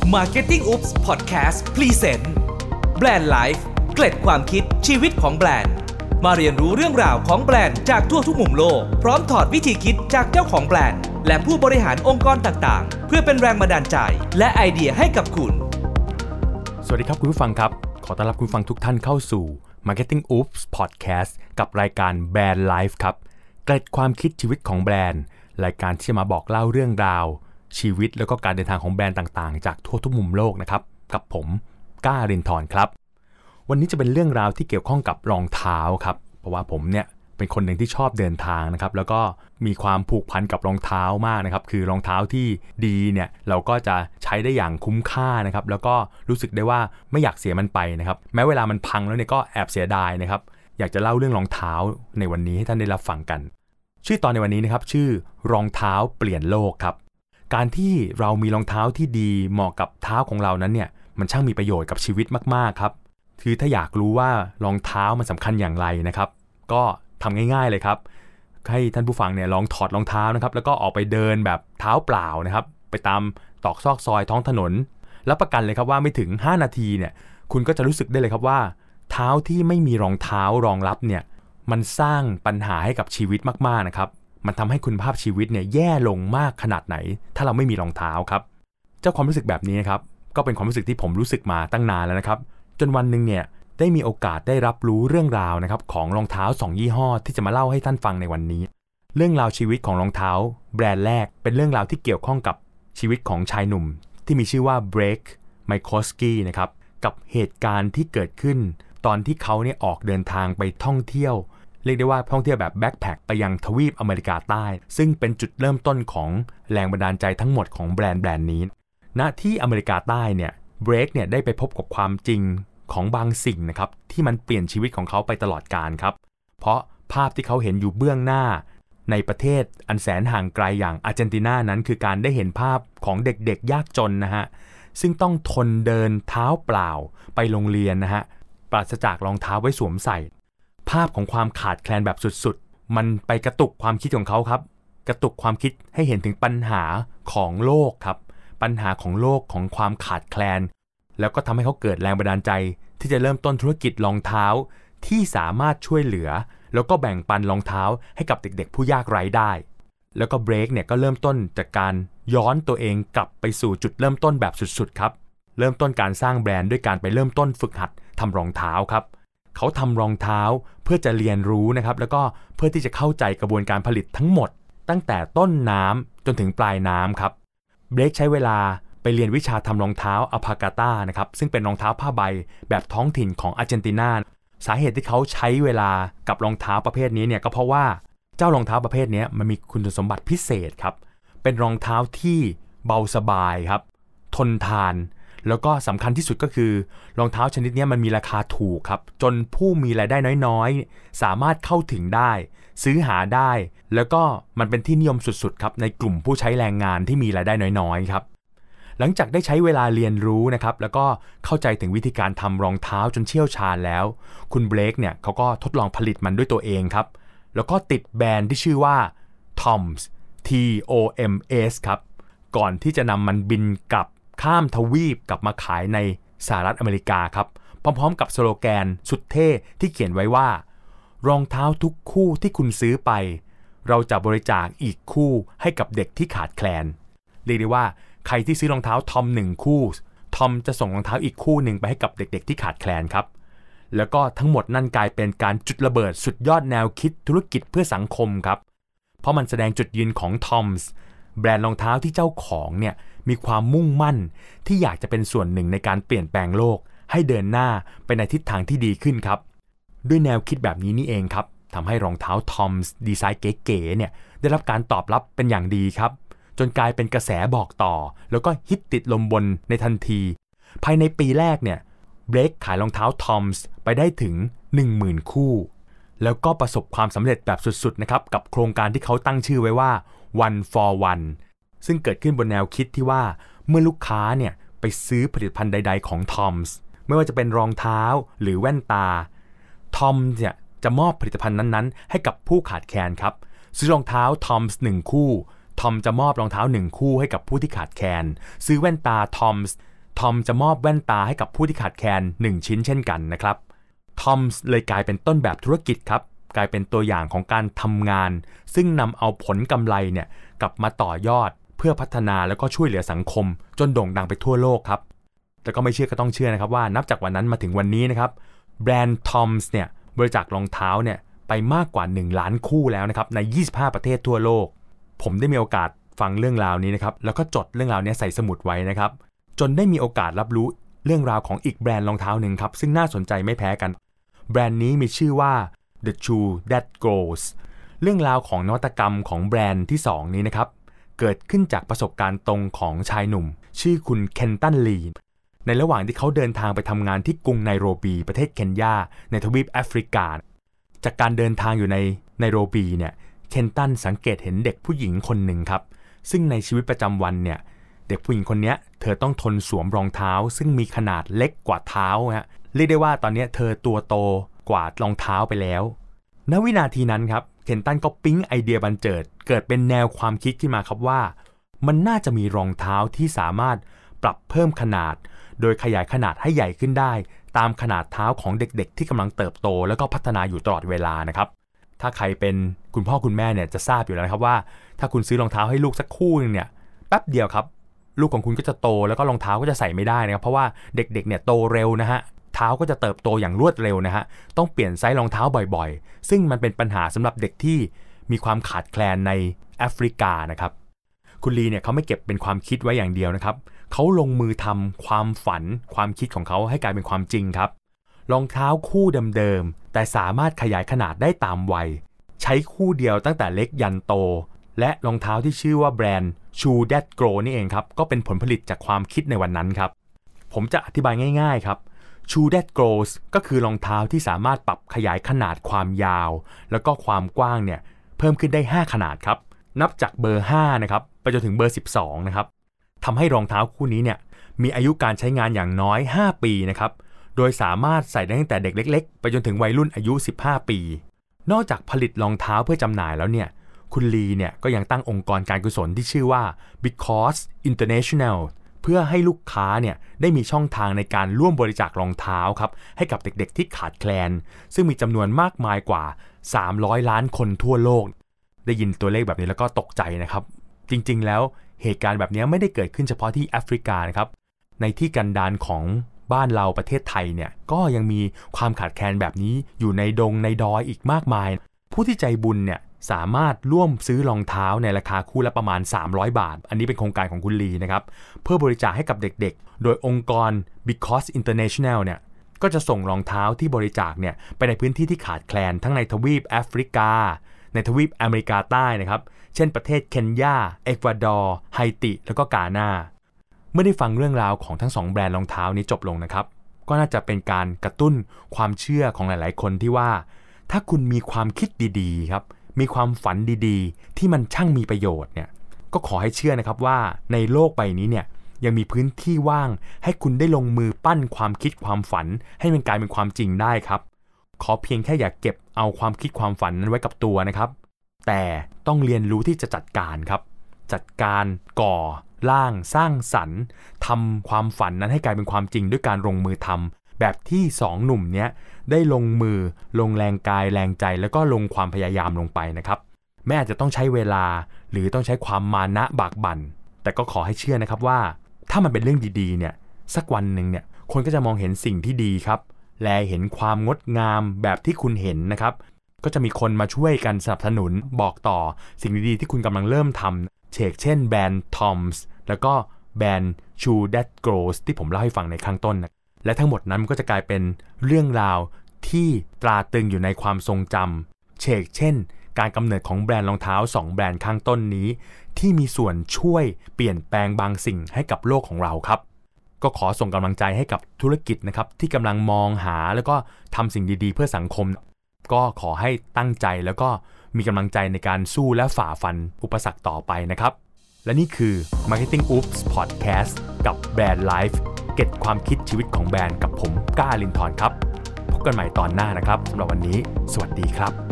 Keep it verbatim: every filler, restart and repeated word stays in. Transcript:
Marketing Oops Podcast Present Brand Life เกล็ดความคิดชีวิตของแบรนด์มาเรียนรู้เรื่องราวของแบรนด์จากทั่วทุกมุมโลกพร้อมถอดวิธีคิดจากเจ้าของแบรนด์และผู้บริหารองค์กรต่างๆเพื่อเป็นแรงบันดาลใจและไอเดียให้กับคุณสวัสดีครับคุณผู้ฟังครับขอต้อนรับคุณผู้ฟังทุกท่านเข้าสู่ Marketing Oops Podcast กับรายการ Brand Life ครับเกล็ดความคิดชีวิตของแบรนด์รายการที่จะมาบอกเล่าเรื่องราวชีวิตแล้วก็การเดินทางของแบรนด์ต่างๆจากทั่วทุกมุมโลกนะครับกับผมก้ารินทร์ครับวันนี้จะเป็นเรื่องราวที่เกี่ยวข้องกับรองเท้าครับเพราะว่าผมเนี่ยเป็นคนหนึ่งที่ชอบเดินทางนะครับแล้วก็มีความผูกพันกับรองเท้ามากนะครับคือรองเท้าที่ดีเนี่ยเราก็จะใช้ได้อย่างคุ้มค่านะครับแล้วก็รู้สึกได้ว่าไม่อยากเสียมันไปนะครับแม้เวลามันพังแล้วเนี่ยก็แอบเสียดายนะครับอยากจะเล่าเรื่องรองเท้าในวันนี้ให้ท่านได้รับฟังกันชื่อตอนในวันนี้นะครับชื่อรองเท้าเปลี่ยนโลกครับการที่เรามีรองเท้าที่ดีเหมาะกับเท้าของเรานั้นเนี่ยมันช่างมีประโยชน์กับชีวิตมากๆครับคือถ้าอยากรู้ว่ารองเท้ามันสำคัญอย่างไรนะครับก็ทำง่ายๆเลยครับให้ท่านผู้ฟังเนี่ยลองถอดรองเท้านะครับแล้วก็ออกไปเดินแบบเท้าเปล่านะครับไปตามตอกซอกซอยท้องถนนรับประกันเลยครับว่าไม่ถึงห้านาทีเนี่ยคุณก็จะรู้สึกได้เลยครับว่าเท้าที่ไม่มีรองเท้ารองรับเนี่ยมันสร้างปัญหาให้กับชีวิตมากๆนะครับมันทำให้คุณภาพชีวิตเนี่ยแย่ลงมากขนาดไหนถ้าเราไม่มีรองเท้าครับเจ้าความรู้สึกแบบนี้ครับก็เป็นความรู้สึกที่ผมรู้สึกมาตั้งนานแล้วนะครับจนวันนึงเนี่ยได้มีโอกาสได้รับรู้เรื่องราวนะครับของรองเท้าสองยี่ห้อที่จะมาเล่าให้ท่านฟังในวันนี้เรื่องราวชีวิตของรองเท้าแบรนด์แรกเป็นเรื่องราวที่เกี่ยวข้องกับชีวิตของชายหนุ่มที่มีชื่อว่าเบรกไมโครสกี้นะครับกับเหตุการณ์ที่เกิดขึ้นตอนที่เขาเนี่ยออกเดินทางไปท่องเที่ยวเรียกได้ว่าท่องเที่ยวแบบแบ็คแพ็คไปยังทวีปอเมริกาใต้ซึ่งเป็นจุดเริ่มต้นของแรงบันดาลใจทั้งหมดของแบรนด์แบรนด์นี้ณที่อเมริกาใต้เนี่ยเบรกเนี่ยได้ไปพบกับความจริงของบางสิ่งนะครับที่มันเปลี่ยนชีวิตของเขาไปตลอดกาลครับเพราะภาพที่เขาเห็นอยู่เบื้องหน้าในประเทศอันแสนห่างไกลอย่างอาร์เจนตินานั้นคือการได้เห็นภาพของเด็กๆยากจนนะฮะซึ่งต้องทนเดินเท้าเปล่าไปโรงเรียนนะฮะปราศจากรองเท้าไว้สวมใส่ภาพของความขาดแคลนแบบสุดๆมันไปกระตุกความคิดของเขาครับกระตุกความคิดให้เห็นถึงปัญหาของโลกครับปัญหาของโลกของความขาดแคลนแล้วก็ทำให้เขาเกิดแรงบันดาลใจที่จะเริ่มต้นธุรกิจรองเท้าที่สามารถช่วยเหลือแล้วก็แบ่งปันรองเท้าให้กับเด็กๆผู้ยากไร้ได้แล้วก็เบรกเนี่ยก็เริ่มต้นจากการย้อนตัวเองกลับไปสู่จุดเริ่มต้นแบบสุดๆครับเริ่มต้นการสร้างแบรนด์ด้วยการไปเริ่มต้นฝึกหัดทำรองเท้าครับเขาทำรองเท้าเพื่อจะเรียนรู้นะครับแล้วก็เพื่อที่จะเข้าใจกระบวนการผลิตทั้งหมดตั้งแต่ต้นน้ำจนถึงปลายน้ำครับเบรกใช้เวลาไปเรียนวิชาทำรองเท้าอัลพากาต้านะครับซึ่งเป็นรองเท้าผ้าใบแบบท้องถิ่นของอาร์เจนตินาสาเหตุที่เขาใช้เวลากับรองเท้าประเภทนี้เนี่ยก็เพราะว่าเจ้ารองเท้าประเภทนี้มันมีคุณสมบัติพิเศษครับเป็นรองเท้าที่เบาสบายครับทนทานแล้วก็สำคัญที่สุดก็คือรองเท้าชนิดนี้มันมีราคาถูกครับจนผู้มีรายได้น้อยๆสามารถเข้าถึงได้ซื้อหาได้แล้วก็มันเป็นที่นิยมสุดๆครับในกลุ่มผู้ใช้แรงงานที่มีรายได้น้อยๆครับหลังจากได้ใช้เวลาเรียนรู้นะครับแล้วก็เข้าใจถึงวิธีการทำรองเท้าจนเชี่ยวชาญแล้วคุณเบรกเนี่ยเขาก็ทดลองผลิตมันด้วยตัวเองครับแล้วก็ติดแบรนด์ที่ชื่อว่า Toms T O M S ครับก่อนที่จะนำมันบินกลับข้ามทวีปกลับมาขายในสหรัฐอเมริกาครับพร้อมๆกับสโลแกนสุดเท่ที่เขียนไว้ว่ารองเท้าทุกคู่ที่คุณซื้อไปเราจะบริจาคอีกคู่ให้กับเด็กที่ขาดแคลนเรียกได้ว่าใครที่ซื้อรองเท้าทอมหนึ่งคู่ทอมจะส่งรองเท้าอีกคู่หนึ่งไปให้กับเด็กๆที่ขาดแคลนครับแล้วก็ทั้งหมดนั่นกลายเป็นการจุดระเบิดสุดยอดแนวคิดธุรกิจเพื่อสังคมครับเพราะมันแสดงจุดยืนของทอมส์แบรนด์รองเท้าที่เจ้าของเนี่ยมีความมุ่งมั่นที่อยากจะเป็นส่วนหนึ่งในการเปลี่ยนแปลงโลกให้เดินหน้าไปในทิศทางที่ดีขึ้นครับด้วยแนวคิดแบบนี้นี่เองครับทำให้รองเท้าทอมส์ดีไซน์เก๋ๆเนี่ยได้รับการตอบรับเป็นอย่างดีครับจนกลายเป็นกระแสบอกต่อแล้วก็ฮิตติดลมบนในทันทีภายในปีแรกเนี่ยเบรกขายรองเท้าทอมส์ไปได้ถึง หนึ่งหมื่น คู่แล้วก็ประสบความสำเร็จแบบสุดๆนะครับกับโครงการที่เขาตั้งชื่อไว้ว่า one for one ซึ่งเกิดขึ้นบนแนวคิดที่ว่าเมื่อลูกค้าเนี่ยไปซื้อผลิตภัณฑ์ใดๆของทอมส์ไม่ว่าจะเป็นรองเท้าหรือแว่นตาทอมส์เนี่ยจะมอบผลิตภัณฑ์นั้นๆให้กับผู้ขาดแคลนครับซื้อรองเท้าทอมส์หนึ่งคู่ทอมจะมอบรองเท้าหนึ่งคู่ให้กับผู้ที่ขาดแคลนซื้อแว่นตาทอมส์ทอมจะมอบแว่นตาให้กับผู้ที่ขาดแคลนหนึ่งชิ้นเช่นกันนะครับทอมเลยกลายเป็นต้นแบบธุรกิจครับกลายเป็นตัวอย่างของการทำงานซึ่งนำเอาผลกำไรเนี่ยกลับมาต่อยอดเพื่อพัฒนาแล้วก็ช่วยเหลือสังคมจนโด่งดังไปทั่วโลกครับแต่ก็ไม่เชื่อก็ต้องเชื่อนะครับว่านับจากวันนั้นมาถึงวันนี้นะครับแบรนด์ทอมส์เนี่ยบริจาครองเท้าเนี่ยไปมากกว่าหนึ่งล้านคู่แล้วนะครับในยี่สิบห้าประเทศทั่วโลกผมได้มีโอกาสฟังเรื่องราวนี้นะครับแล้วก็จดเรื่องราวนี้ใส่สมุดไว้นะครับจนได้มีโอกาสรับรู้เรื่องราวของอีกแบรนด์รองเท้าหนึ่งครับซึ่งน่าสนใจไม่แพ้กันแบรนด์นี้มีชื่อว่า The Shoe That Grows เรื่องราวของนวัตกรรมของแบรนด์ที่สองนี้นะครับเกิดขึ้นจากประสบการณ์ตรงของชายหนุ่มชื่อคุณเคนตันลีในระหว่างที่เขาเดินทางไปทำงานที่กรุงไนโรบีประเทศเคนยาในทวีปแอฟริกาจากการเดินทางอยู่ในไนโรบีเนี่ยเคนตันสังเกตเห็นเด็กผู้หญิงคนหนึ่งครับซึ่งในชีวิตประจำวันเนี่ยเด็กผู้หญิงคนนี้เธอต้องทนสวมรองเท้าซึ่งมีขนาดเล็กกว่าเท้าฮะเรียกได้ว่าตอนนี้เธอตัวโตกว่ารองเท้าไปแล้วณวินาทีนั้นครับเคนตันก็ปิ๊งไอเดียบันเจิดเกิดเป็นแนวความคิดขึ้นมาครับว่ามันน่าจะมีรองเท้าที่สามารถปรับเพิ่มขนาดโดยขยายขนาดให้ใหญ่ขึ้นได้ตามขนาดเท้าของเด็กๆที่กำลังเติบโตแล้วก็พัฒนาอยู่ตลอดเวลานะครับถ้าใครเป็นคุณพ่อคุณแม่เนี่ยจะทราบอยู่แล้วนะครับว่าถ้าคุณซื้อรองเท้าให้ลูกสักคู่นึงเนี่ยแป๊บเดียวครับลูกของคุณก็จะโตแล้วก็รองเท้าก็จะใส่ไม่ได้นะครับเพราะว่าเด็กๆเนี่ยโตเร็วนะฮะเท้าก็จะเติบโตอย่างรวดเร็วนะฮะต้องเปลี่ยนไซส์รองเท้าบ่อยๆซึ่งมันเป็นปัญหาสำหรับเด็กที่มีความขาดแคลนในแอฟริกานะครับคุณลีเนี่ยเขาไม่เก็บเป็นความคิดไว้อย่างเดียวนะครับเขาลงมือทำความฝันความคิดของเขาให้กลายเป็นความจริงครับรองเท้าคู่เดิมๆแต่สามารถขยายขนาดได้ตามวัยใช้คู่เดียวตั้งแต่เล็กยันโตและรองเท้าที่ชื่อว่าแบรนด์ Shoe That Grow นี่เองครับก็เป็นผลผลิตจากความคิดในวันนั้นครับผมจะอธิบายง่ายๆครับ Shoe That Grows ก็คือรองเท้าที่สามารถปรับขยายขนาดความยาวแล้วก็ความกว้างเนี่ยเพิ่มขึ้นได้ห้าขนาดครับนับจากเบอร์ห้านะครับไปจนถึงเบอร์สิบสองนะครับทำให้รองเท้าคู่นี้เนี่ยมีอายุการใช้งานอย่างน้อยห้าปีนะครับโดยสามารถใส่ได้ตั้งแต่เด็กเล็กๆไปจนถึงวัยรุ่นอายุสิบห้าปีนอกจากผลิตรองเท้าเพื่อจำหน่ายแล้วเนี่ยคุณลีเนี่ยก็ยังตั้งองค์กรการกุศลที่ชื่อว่า Because International เพื่อให้ลูกค้าเนี่ยได้มีช่องทางในการร่วมบริจาครองเท้าครับให้กับเด็กๆที่ขาดแคลนซึ่งมีจำนวนมากมายกว่าสามร้อยล้านคนทั่วโลกได้ยินตัวเลขแบบนี้แล้วก็ตกใจนะครับจริงๆแล้วเหตุการณ์แบบนี้ไม่ได้เกิดขึ้นเฉพาะที่แอฟริกานะครับในที่กันดารของบ้านเราประเทศไทยเนี่ยก็ยังมีความขาดแคลนแบบนี้อยู่ในดงในดอยอีกมากมายผู้ที่ใจบุญเนี่ยสามารถร่วมซื้อรองเท้าในราคาคู่ละประมาณสามร้อยบาทอันนี้เป็นโครงการของคุณลีนะครับเพื่อบริจาคให้กับเด็กๆโดยองค์กร Because International เนี่ยก็จะส่งรองเท้าที่บริจาคเนี่ยไปในพื้นที่ที่ขาดแคลนทั้งในทวีปแอฟริกาในทวีปอเมริกาใต้นะครับเช่นประเทศเคนยาเอกวาดอร์ไฮติแล้วก็กานาเมื่อได้ฟังเรื่องราวของทั้งสองแบรนด์รองเท้านี้จบลงนะครับก็น่าจะเป็นการกระตุ้นความเชื่อของหลายๆคนที่ว่าถ้าคุณมีความคิดดีๆครับมีความฝันดีๆที่มันช่างมีประโยชน์เนี่ยก็ขอให้เชื่อนะครับว่าในโลกใบนี้เนี่ยยังมีพื้นที่ว่างให้คุณได้ลงมือปั้นความคิดความฝันให้มันกลายเป็นความจริงได้ครับขอเพียงแค่อย่าเก็บเอาความคิดความฝันนั้นไว้กับตัวนะครับแต่ต้องเรียนรู้ที่จะจัดการครับจัดการก่อร่างสร้างสรรค์ทำความฝันนั้นให้กลายเป็นความจริงด้วยการลงมือทำแบบที่สองหนุ่มเนี้ยได้ลงมือลงแรงกายแรงใจแล้วก็ลงความพยายามลงไปนะครับแม้อาจจะต้องใช้เวลาหรือต้องใช้ความมานะบากบั่นแต่ก็ขอให้เชื่อนะครับว่าถ้ามันเป็นเรื่องดีๆเนี่ยสักวันหนึ่งเนี่ยคนก็จะมองเห็นสิ่งที่ดีครับแลเห็นความงดงามแบบที่คุณเห็นนะครับก็จะมีคนมาช่วยกันสนับสนุนบอกต่อสิ่งดีๆที่คุณกำลังเริ่มทำเช่นเช่นแบรนด์ Toms แล้วก็แบรนด์ Shoe That Grows ที่ผมเล่าให้ฟังในข้างต้นนะและทั้งหมดนั้นมันก็จะกลายเป็นเรื่องราวที่ตราตรึงอยู่ในความทรงจำเช่นเช่นการกำเนิดของแบรนด์รองเท้าสองแบรนด์ข้างต้นนี้ที่มีส่วนช่วยเปลี่ยนแปลงบางสิ่งให้กับโลกของเราครับก็ขอส่งกำลังใจให้กับธุรกิจนะครับที่กำลังมองหาแล้วก็ทำสิ่งดีๆเพื่อสังคมก็ขอให้ตั้งใจแล้วก็มีกำลังใจในการสู้และฝ่าฟันอุปสรรคต่อไปนะครับและนี่คือ Marketing Oops Podcast กับแบรนด์ Life เก็บความคิดชีวิตของแบรนด์กับผมก้าลินทร์ครับพบกันใหม่ตอนหน้านะครับสำหรับวันนี้สวัสดีครับ